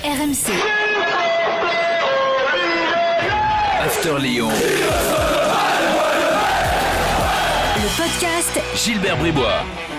RMC. After Lyon. Le podcast Gilbert Bribois.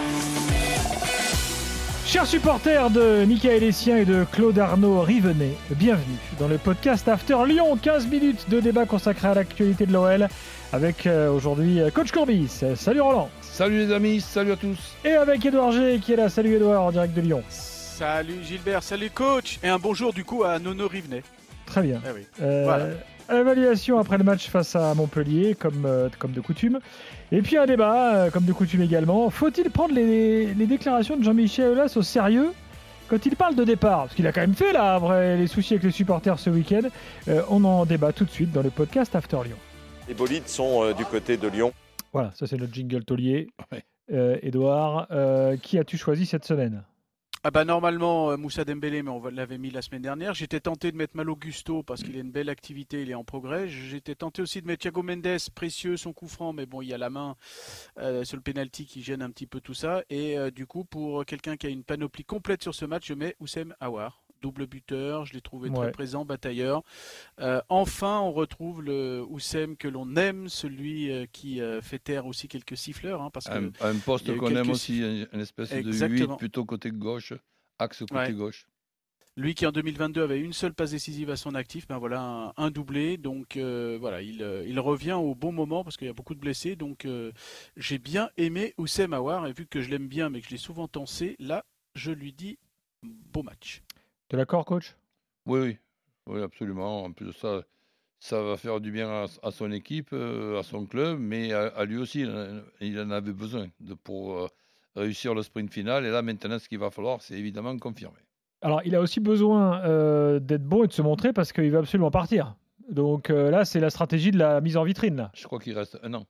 Chers supporters de Mickaël Essien et de Claude Arnaud Rivenet, bienvenue dans le podcast After Lyon. 15 minutes de débat consacré à l'actualité de l'OL avec aujourd'hui Coach Courbis. Salut Roland. Salut les amis, salut à tous. Et avec Édouard G qui est là. Salut Édouard en direct de Lyon. Salut Gilbert, salut coach. Et un bonjour du coup à Nono Rivenet. Très bien. Ah oui. Voilà. Évaluation après le match face à Montpellier, comme de coutume. Et puis un débat, comme de coutume également. Faut-il prendre les déclarations de Jean-Michel Aulas au sérieux quand il parle de départ? Parce qu'il a quand même fait là, après les soucis avec les supporters ce week-end. On en débat tout de suite dans le podcast After Lyon. Les bolides sont du côté de Lyon. Voilà, ça c'est notre jingle taulier. Ouais. Édouard, qui as-tu choisi cette semaine? Ah bah normalement Moussa Dembélé, mais on l'avait mis la semaine dernière. J'étais tenté de mettre Malo Gusto parce qu'il a une belle activité, il est en progrès. J'étais tenté aussi de mettre Thiago Mendes, précieux son coup franc, mais bon il y a la main sur le penalty qui gêne un petit peu tout ça. Et du coup pour quelqu'un qui a une panoplie complète sur ce match, je mets Oussem Aouar. Double buteur, je l'ai trouvé très présent, batailleur. Enfin, on retrouve le Oussem que l'on aime, celui qui fait taire aussi quelques siffleurs. Hein, parce que un poste qu'on aime aussi, une espèce Exactement. de 8 plutôt côté gauche, axe côté gauche. Lui qui en 2022 avait une seule passe décisive à son actif, ben voilà un doublé. Donc voilà, il revient au bon moment parce qu'il y a beaucoup de blessés. Donc j'ai bien aimé Oussem Aouar et vu que je l'aime bien mais que je l'ai souvent tensé, là je lui dis beau match. T'es d'accord, coach? Oui, absolument. En plus de ça, ça va faire du bien à son équipe, à son club, mais à lui aussi, il en avait besoin pour réussir le sprint final. Et là, maintenant, ce qu'il va falloir, c'est évidemment confirmer. Alors, il a aussi besoin d'être bon et de se montrer parce qu'il va absolument partir. Donc là, c'est la stratégie de la mise en vitrine. Là. Je crois qu'il reste 1 an.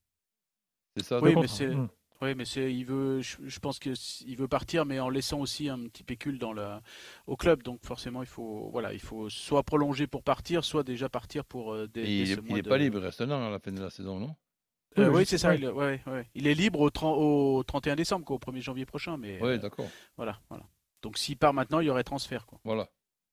C'est ça? Oui, mais il veut. Je pense qu'il veut partir, mais en laissant aussi un petit pécule au club. Donc forcément, il faut soit prolonger pour partir, soit déjà partir pour il n'est pas libre, il reste 1 an à la fin de la saison, non? Oui, c'est ça. Il est libre au 31 décembre, au 1er janvier prochain. Mais oui, d'accord. Voilà. Donc s'il part maintenant, il y aurait transfert, quoi. Voilà.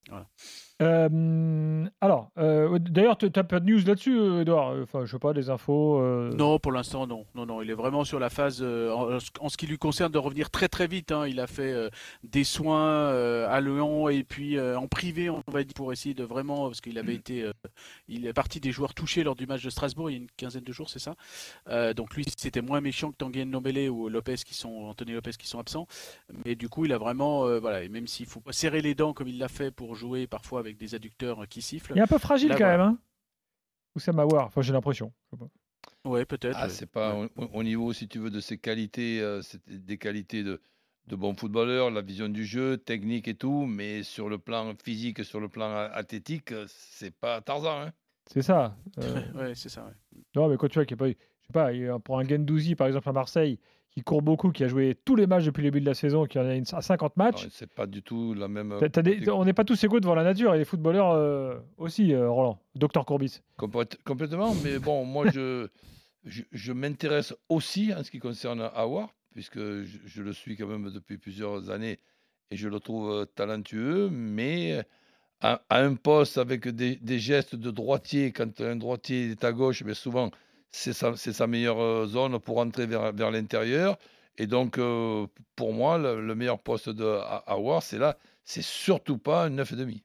Alors, d'ailleurs, tu n'as pas de news là-dessus, Edouard? Enfin, je sais pas, des infos Non, pour l'instant, non. Il est vraiment sur la phase, en ce qui lui concerne, de revenir très très vite. Hein. Il a fait des soins à Lyon et puis en privé, on va dire, pour essayer de vraiment, parce qu'il avait été, il est parti des joueurs touchés lors du match de Strasbourg il y a une quinzaine de jours, c'est ça. Donc lui, c'était moins méchant que Tanguy Ndombele ou Anthony Lopez qui sont absents. Mais du coup, il a vraiment, et même s'il faut pas serrer les dents comme il l'a fait pour jouer parfois avec des adducteurs qui sifflent. Il est un peu fragile là, quand même, hein, Oussem Aouar. Enfin, j'ai l'impression. Oui, peut-être. C'est pas au niveau, si tu veux, de ses qualités, c'est des qualités de bon footballeur, la vision du jeu, technique et tout, mais sur le plan physique, sur le plan athlétique, c'est pas Tarzan. Hein. C'est ça. Oui, c'est ça. Ouais. Non, mais quand tu vois qu'il n'y a pas eu, je sais pas, pour un Guendouzi, par exemple, à Marseille, qui court beaucoup, qui a joué tous les matchs depuis le début de la saison, qui en a 50 matchs. Non, c'est pas du tout la même. On n'est pas tous égaux devant la nature, et les footballeurs aussi, Roland, Docteur Courbis. Complètement, mais bon, moi je m'intéresse aussi en ce qui concerne Aouar, puisque je le suis quand même depuis plusieurs années et je le trouve talentueux, mais à un poste avec des gestes de droitier, quand un droitier est à gauche, mais souvent c'est sa meilleure zone pour entrer vers l'intérieur. Et donc, pour moi, le meilleur poste de Aouar, c'est surtout pas un 9,5.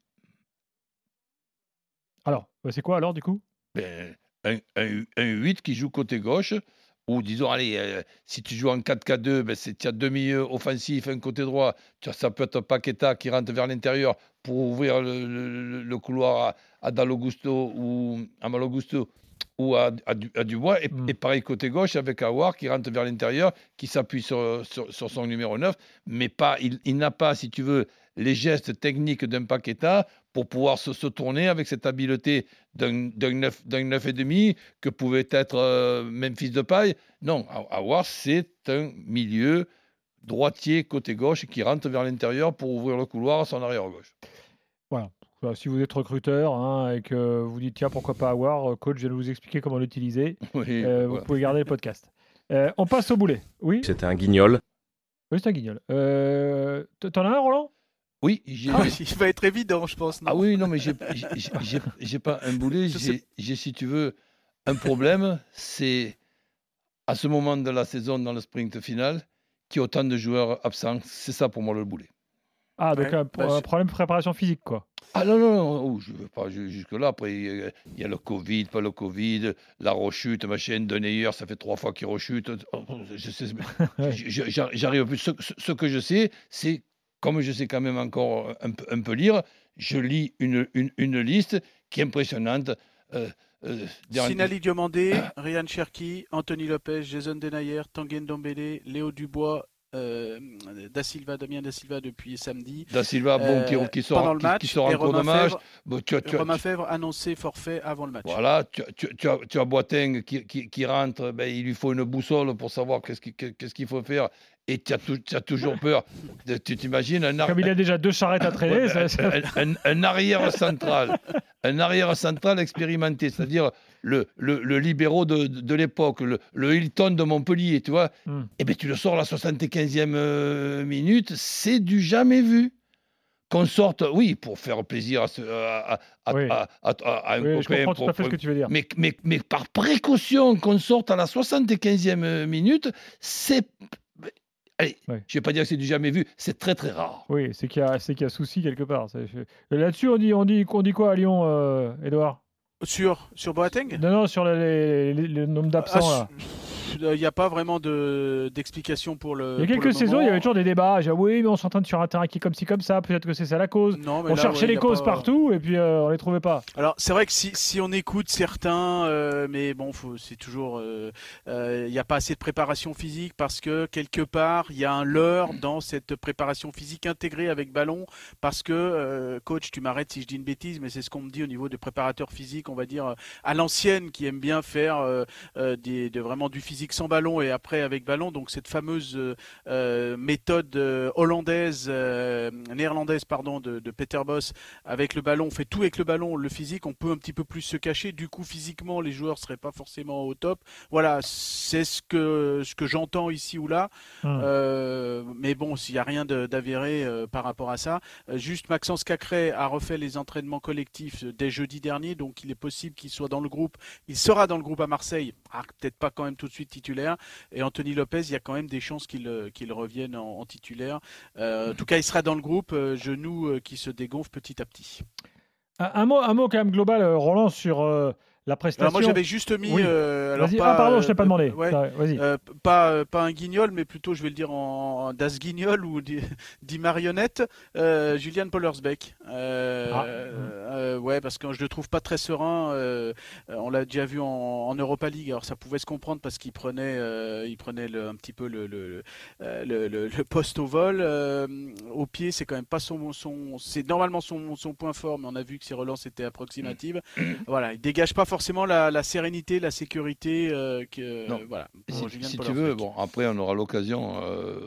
Alors, c'est quoi alors du coup? Un 8 qui joue côté gauche, ou disons, allez, si tu joues en 4-4-2, tu as 2 milieux offensifs, un côté droit, ça peut être Paqueta qui rentre vers l'intérieur pour ouvrir le couloir à Malo Gusto ou à Malo Gusto ou à Dubois, et pareil côté gauche avec Aouar qui rentre vers l'intérieur, qui s'appuie sur son numéro 9, mais il n'a pas, si tu veux, les gestes techniques d'un Paqueta pour pouvoir se tourner avec cette habileté d'un 9,5 que pouvait être Memphis Depay. Non, Aouar, c'est un milieu droitier côté gauche qui rentre vers l'intérieur pour ouvrir le couloir à son arrière-gauche. Voilà. Si vous êtes recruteur et que vous dites tiens pourquoi pas Aouar, coach, je vais vous expliquer comment l'utiliser. Oui, vous pouvez garder le podcast. On passe au boulet. Oui. C'était un guignol. Oui, c'est un guignol. T'en as un, Roland? Oui, Il va être évident, je pense. Non Ah oui, non, mais j'ai pas un boulet, j'ai, si tu veux, un problème, c'est à ce moment de la saison, dans le sprint final, qu'il y ait autant de joueurs absents. C'est ça pour moi le boulet. Ah, donc un problème de préparation physique, quoi. Ah non, je ne veux pas jusque-là. Après, il y a le Covid, pas le Covid, la rechute, machin, Denayer, ça fait 3 fois qu'il rechute. J'arrive plus. Ce que je sais, c'est, comme je sais quand même encore un peu lire, je lis une liste qui est impressionnante. Sinali Diomandé, Ryan Cherki, Anthony Lopez, Jason Denayer, Tanguy Ndombele, Léo Dubois, Damien Da Silva depuis samedi. Da Silva, qui sort en cours de match. Romain Fèvre annoncé forfait avant le match. Voilà, tu as Boateng qui rentre, il lui faut une boussole pour savoir qu'est-ce qu'il faut faire. Et tu as toujours peur. Tu t'imagines comme il a déjà 2 charrettes à traîner. Un arrière central expérimenté, c'est-à-dire le libéraux de l'époque, le Hilton de Montpellier, tu vois. Et bien tu le sors à la 75e minute, c'est du jamais vu. Qu'on sorte, oui, pour faire plaisir à un copain. Je comprends tout à fait ce que tu veux dire. Mais par précaution, qu'on sorte à la 75e minute, c'est... Allez, je ne vais pas dire que c'est du jamais vu, c'est très très rare. Oui, c'est qu'il y a souci quelque part. Là-dessus, on dit quoi à Lyon, Edouard ? Sur Boateng ? Non, sur le nombre d'absents. Il n'y a pas vraiment d'explication pour le. Il y a quelques saisons, il y avait toujours des débats. Oui, mais on s'entend sur un terrain qui est comme ci, comme ça. Peut-être que c'est ça la cause. Non, mais on cherchait les causes partout et puis on les trouvait pas. Alors, c'est vrai que si on écoute certains, mais bon, c'est toujours. Il n'y a pas assez de préparation physique parce que quelque part, il y a un leurre dans cette préparation physique intégrée avec ballon. Parce que, coach, tu m'arrêtes si je dis une bêtise, mais c'est ce qu'on me dit au niveau des préparateurs physiques, on va dire, à l'ancienne, qui aiment bien faire vraiment du physique sans ballon et après avec ballon, donc cette fameuse méthode néerlandaise de Peter Bosz avec le ballon, on fait tout avec le ballon, le physique on peut un petit peu plus se cacher, du coup physiquement les joueurs seraient pas forcément au top, voilà, c'est ce que j'entends ici ou là, mais bon, s'il n'y a rien d'avéré par rapport à ça, juste Maxence Cacré a refait les entraînements collectifs dès jeudi dernier, donc il est possible qu'il soit dans le groupe, il sera dans le groupe à Marseille, peut-être pas quand même tout de suite titulaire, et Anthony Lopez, il y a quand même des chances qu'il revienne en titulaire. En tout cas, il sera dans le groupe, genou qui se dégonfle petit à petit. Un mot quand même global, Roland, sur la prestation. Alors moi, j'avais juste mis... Oui. Vas-y. Pardon, je t'ai pas demandé. Vas-y. Pas un guignol, mais plutôt, je vais le dire en Das Guignol ou dit marionnette, Julian Pollersbeck. Ouais, parce que je le trouve pas très serein. On l'a déjà vu en Europa League. Alors ça pouvait se comprendre parce qu'il prenait un petit peu le poste au vol. Au pied, c'est quand même pas c'est normalement son point fort, mais on a vu que ses relances étaient approximatives. Voilà, il dégage pas forcément la sérénité, la sécurité voilà. Si tu veux, bon, après on aura l'occasion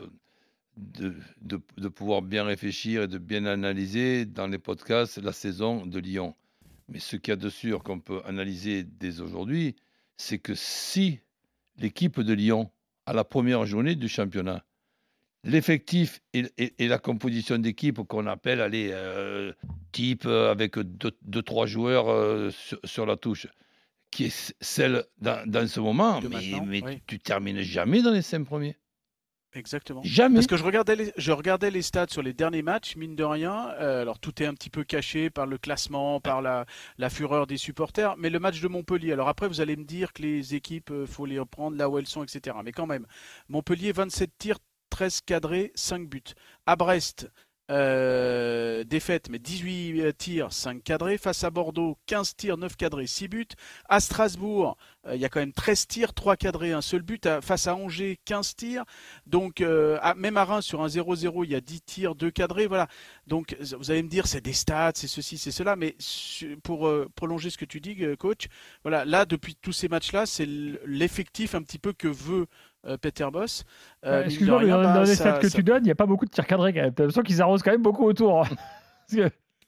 de pouvoir bien réfléchir et de bien analyser dans les podcasts la saison de Lyon. Mais ce qu'il y a de sûr qu'on peut analyser dès aujourd'hui, c'est que si l'équipe de Lyon, à la première journée du championnat, l'effectif et la composition d'équipe qu'on appelle type avec 2-3 joueurs sur la touche, qui est celle dans ce moment, tu termines jamais dans les 5 premiers. Exactement. Jamais. Parce que je regardais les stats sur les derniers matchs, mine de rien. Alors tout est un petit peu caché par le classement, par la fureur des supporters. Mais le match de Montpellier, alors après vous allez me dire que les équipes, faut les reprendre là où elles sont, etc. Mais quand même, Montpellier, 27 tirs, 13 cadrés, 5 buts. À Brest, défaite, mais 18 tirs, 5 cadrés. Face à Bordeaux, 15 tirs, 9 cadrés, 6 buts. À Strasbourg, il y a quand même 13 tirs, 3 cadrés, un seul but. Face à Angers, 15 tirs. Donc, même à Reims, sur un 0-0, il y a 10 tirs, 2 cadrés. Voilà. Donc, vous allez me dire, c'est des stats, c'est ceci, c'est cela. Mais pour prolonger ce que tu dis, coach, voilà, là, depuis tous ces matchs-là, c'est l'effectif un petit peu que veut Peter Bosz. Excuse-moi, mais dans les stats que tu donnes, il n'y a pas beaucoup de tirs cadrés quand même. T'as l'impression qu'ils arrosent quand même beaucoup autour.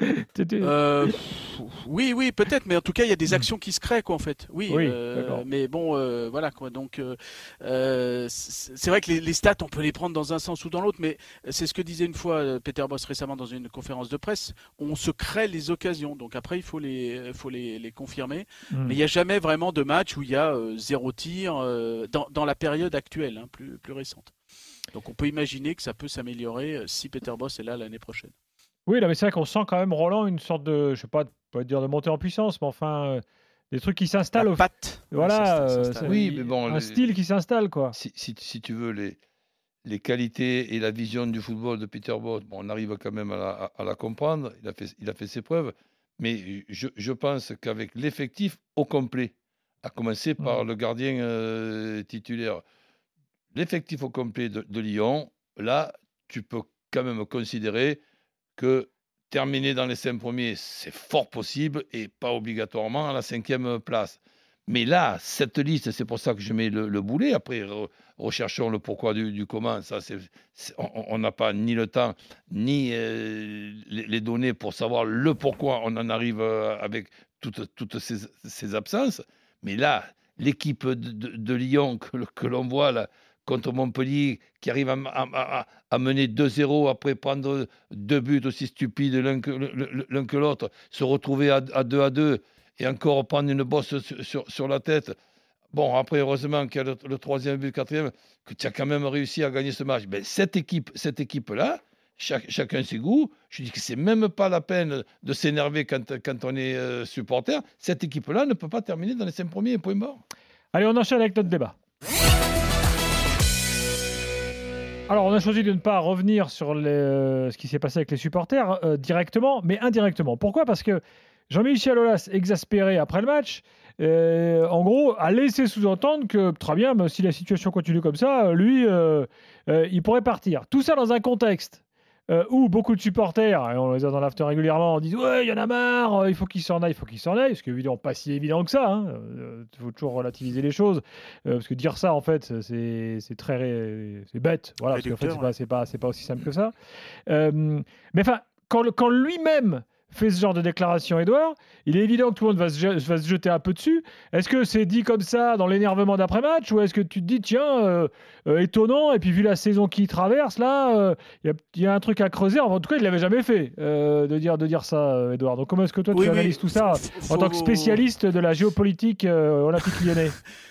Oui, peut-être, mais en tout cas, il y a des actions qui se créent, quoi, en fait. Oui, d'accord. mais bon, voilà, quoi. Donc, c'est vrai que les stats, on peut les prendre dans un sens ou dans l'autre, mais c'est ce que disait une fois Peter Bosz récemment dans une conférence de presse. On se crée les occasions, donc après, il faut les confirmer. Mais il n'y a jamais vraiment de match où il y a 0 tir dans la période actuelle, hein, plus récente. Donc, on peut imaginer que ça peut s'améliorer si Peter Bosz est là l'année prochaine. Oui, là, mais c'est vrai qu'on sent quand même, Roland, une sorte de, je sais pas, pas dire de montée en puissance, mais enfin, des trucs qui s'installent. La patte. Voilà, ça s'installe. Oui, mais bon, un style qui s'installe, quoi. si tu veux, les qualités et la vision du football de Peter Bosz, bon, on arrive quand même à la comprendre. Il a fait ses preuves. Mais je pense qu'avec l'effectif au complet, à commencer par le gardien titulaire, l'effectif au complet de Lyon, là, tu peux quand même considérer que terminer dans les 5 premiers, c'est fort possible et pas obligatoirement à la 5e place. Mais là, cette liste, c'est pour ça que je mets le boulet. Après, recherchons le pourquoi du comment. Ça, on n'a pas ni le temps, ni les données pour savoir le pourquoi on en arrive avec toutes ces absences. Mais là, l'équipe de Lyon que l'on voit là, contre Montpellier, qui arrive à mener 2-0 après prendre 2 buts aussi stupides l'un que l'autre, se retrouver à 2-2 et encore prendre une bosse sur la tête. Bon, après, heureusement qu'il y a le 3e but, le 4e, que tu as quand même réussi à gagner ce match. Ben, cette équipe-là, chacun ses goûts. Je dis que c'est même pas la peine de s'énerver quand on est supporter. Cette équipe-là ne peut pas terminer dans les 5 premiers, point barre. Allez, on enchaîne avec notre débat. Alors, on a choisi de ne pas revenir sur ce qui s'est passé avec les supporters directement, mais indirectement. Pourquoi ? Parce que Jean-Michel Aulas, exaspéré après le match, en gros, a laissé sous-entendre que, très bien, mais si la situation continue comme ça, lui, il pourrait partir. Tout ça dans un contexte où beaucoup de supporters, et on les a dans l'after régulièrement, disent « Ouais, il y en a marre, il faut qu'il s'en aille, ce qui est évidemment pas si évident que ça. Il faut toujours relativiser les choses, parce que dire ça, en fait, c'est bête. Voilà, parce qu'en fait, c'est pas aussi simple que ça. Mais enfin, quand lui-même fait ce genre de déclaration, Edouard, il est évident que tout le monde va se jeter un peu dessus. Est-ce que c'est dit comme ça dans l'énervement d'après-match, ou est-ce que tu te dis, tiens, étonnant, et puis vu la saison qu'il traverse, là, il y a un truc à creuser. En tout cas, il ne l'avait jamais fait, de dire ça, Edouard. Donc comment est-ce que toi, tu analyses tout ça en tant que spécialiste de la géopolitique olympique lyonnais ?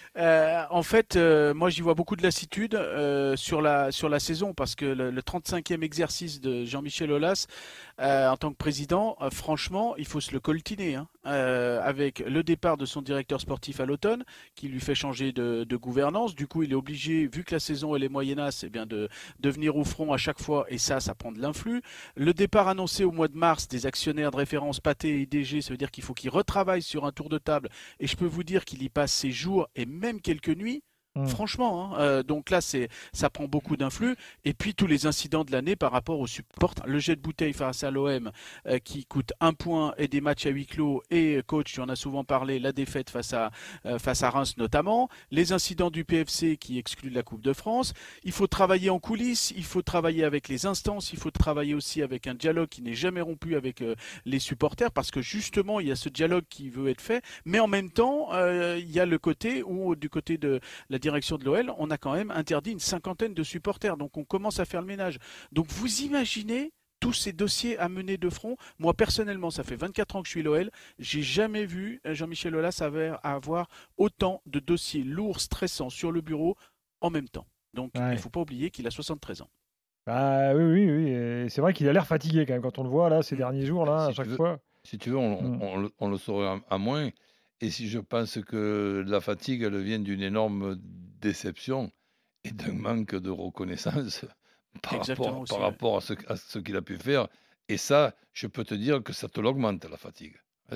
En fait, moi j'y vois beaucoup de lassitude sur la saison, parce que le 35e exercice de Jean-Michel Aulas en tant que président, franchement, il faut se le coltiner, hein, avec le départ de son directeur sportif à l'automne, qui lui fait changer de gouvernance. Du coup, il est obligé, vu que la saison elle est moyennasse, de venir au front à chaque fois, et ça prend de l'influx. Le départ annoncé au mois de mars des actionnaires de référence Pathé et IDG, ça veut dire qu'il faut qu'il retravaille sur un tour de table, et je peux vous dire qu'il y passe ses jours et même quelques nuits. Franchement, hein, donc là ça prend beaucoup d'influx, et puis tous les incidents de l'année par rapport aux supporters, le jet de bouteille face à l'OM qui coûte 1 point et des matchs à huis clos, et coach, tu en as souvent parlé, la défaite face à Reims notamment, les incidents du PFC qui excluent la Coupe de France. Il faut travailler en coulisses, il faut travailler avec les instances, il faut travailler aussi avec un dialogue qui n'est jamais rompu avec les supporters, parce que justement il y a ce dialogue qui veut être fait, mais en même temps il y a le côté où, du côté de la direction de l'OL, on a quand même interdit une 50aine de supporters, donc on commence à faire le ménage. Donc vous imaginez tous ces dossiers à mener de front. Moi personnellement, ça fait 24 ans que je suis l'OL, j'ai jamais vu Jean-Michel Aulas avoir autant de dossiers lourds, stressants sur le bureau en même temps. Donc il ne faut pas oublier qu'il a 73 ans. Bah, oui. Et c'est vrai qu'il a l'air fatigué quand même, quand on le voit là ces derniers jours là, à chaque fois. Si tu veux, on le saurait à moins. Et si je pense que la fatigue, elle vient d'une énorme déception et d'un manque de reconnaissance par rapport à ce qu'il a pu faire. Et ça, je peux te dire que ça te l'augmente, la fatigue.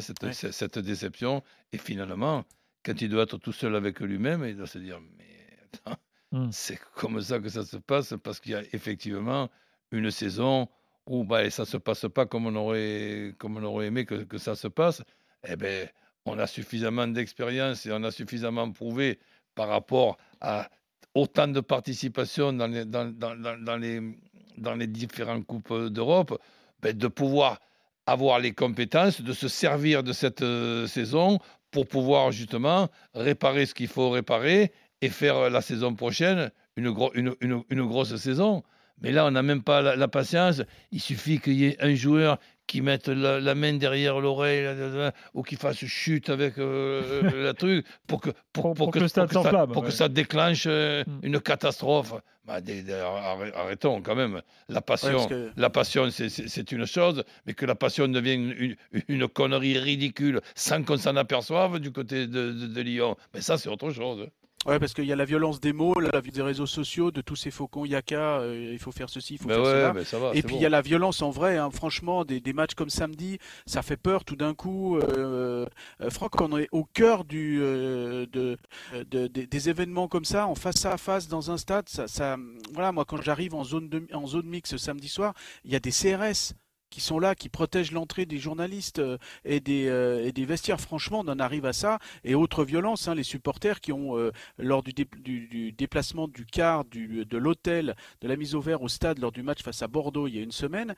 Cette déception. Et finalement, quand il doit être tout seul avec lui-même, il doit se dire, mais attends, c'est comme ça que ça se passe, parce qu'il y a effectivement une saison où ça ne se passe pas comme on aurait aimé que ça se passe. Eh bien, on a suffisamment d'expérience et on a suffisamment prouvé par rapport à autant de participation dans les différentes Coupes d'Europe, de pouvoir avoir les compétences de se servir de cette saison pour pouvoir justement réparer ce qu'il faut réparer et faire la saison prochaine une grosse saison. Mais là, on n'a même pas la patience. Il suffit qu'il y ait un joueur qui mette la main derrière l'oreille ou qui fasse chute avec le truc pour que le stade s'enflamme, pour que ça déclenche une catastrophe. Arrêtons quand même. La passion, c'est une chose, mais que la passion devienne une connerie ridicule sans qu'on s'en aperçoive du côté de Lyon, mais ça, c'est autre chose. Ouais, parce qu'il y a la violence des mots, la violence des réseaux sociaux, de tous ces faucons yaka, il faut faire ceci, il faut faire cela. Ça va, et puis il y a la violence en vrai, hein, franchement, des matchs comme samedi, ça fait peur tout d'un coup. Franck, on est au cœur des événements comme ça, en face à face dans un stade. Voilà, moi quand j'arrive en zone mix samedi soir, il y a des CRS qui sont là, qui protègent l'entrée des journalistes et des vestiaires. Franchement, on en arrive à ça. Et autre violence, hein, les supporters qui ont, lors du déplacement du quart de l'hôtel, de la mise au vert au stade lors du match face à Bordeaux il y a une semaine,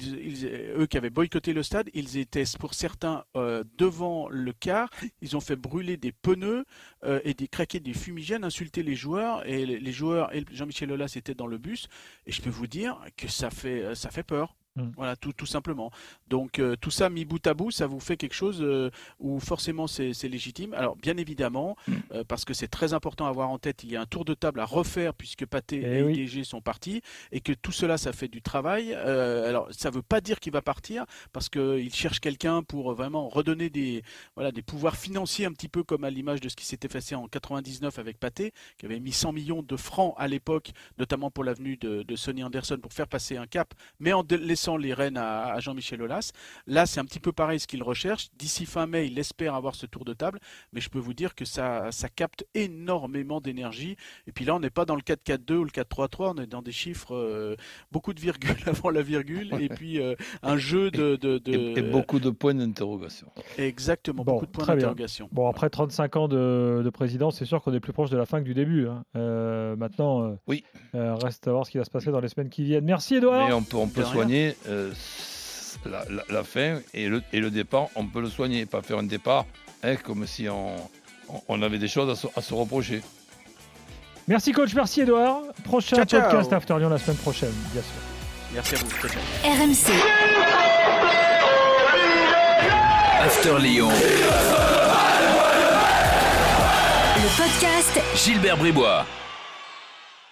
eux qui avaient boycotté le stade, ils étaient pour certains devant le quart, ils ont fait brûler des pneus et craquer des fumigènes, insulter les joueurs, et les joueurs et Jean-Michel Aulas étaient dans le bus, et je peux vous dire que ça fait peur. Voilà, tout simplement. Donc tout ça mis bout à bout, ça vous fait quelque chose où forcément c'est légitime. Alors bien évidemment, parce que c'est très important à avoir en tête, il y a un tour de table à refaire puisque Pathé et IDG sont partis, et que tout cela, ça fait du travail. Alors ça ne veut pas dire qu'il va partir, parce qu'il cherche quelqu'un pour vraiment redonner des pouvoirs financiers, un petit peu comme à l'image de ce qui s'était passé en 99 avec Pathé, qui avait mis 100 millions de francs à l'époque, notamment pour l'avenue de Sonny Anderson, pour faire passer un cap, mais en laissant les rênes à Jean-Michel Aulas. Là, c'est un petit peu pareil ce qu'il recherche. D'ici fin mai, il espère avoir ce tour de table, mais je peux vous dire que ça capte énormément d'énergie. Et puis là, on n'est pas dans le 4-4-2 ou le 4-3-3, on est dans des chiffres, beaucoup de virgules avant la virgule, et puis un jeu et beaucoup de points d'interrogation. Exactement, beaucoup de points d'interrogation. Bon, après 35 ans de présidence, c'est sûr qu'on est plus proche de la fin que du début. Hein. Maintenant, reste à voir ce qui va se passer dans les semaines qui viennent. Merci Edouard. Mais on peut soigner la fin et le départ, on peut le soigner, pas faire un départ comme si on avait des choses à se reprocher. Merci coach, merci Edouard. Prochain podcast After Lyon la semaine prochaine, bien sûr. Merci à vous. RMC After Lyon. Le podcast Gilbert Bribois.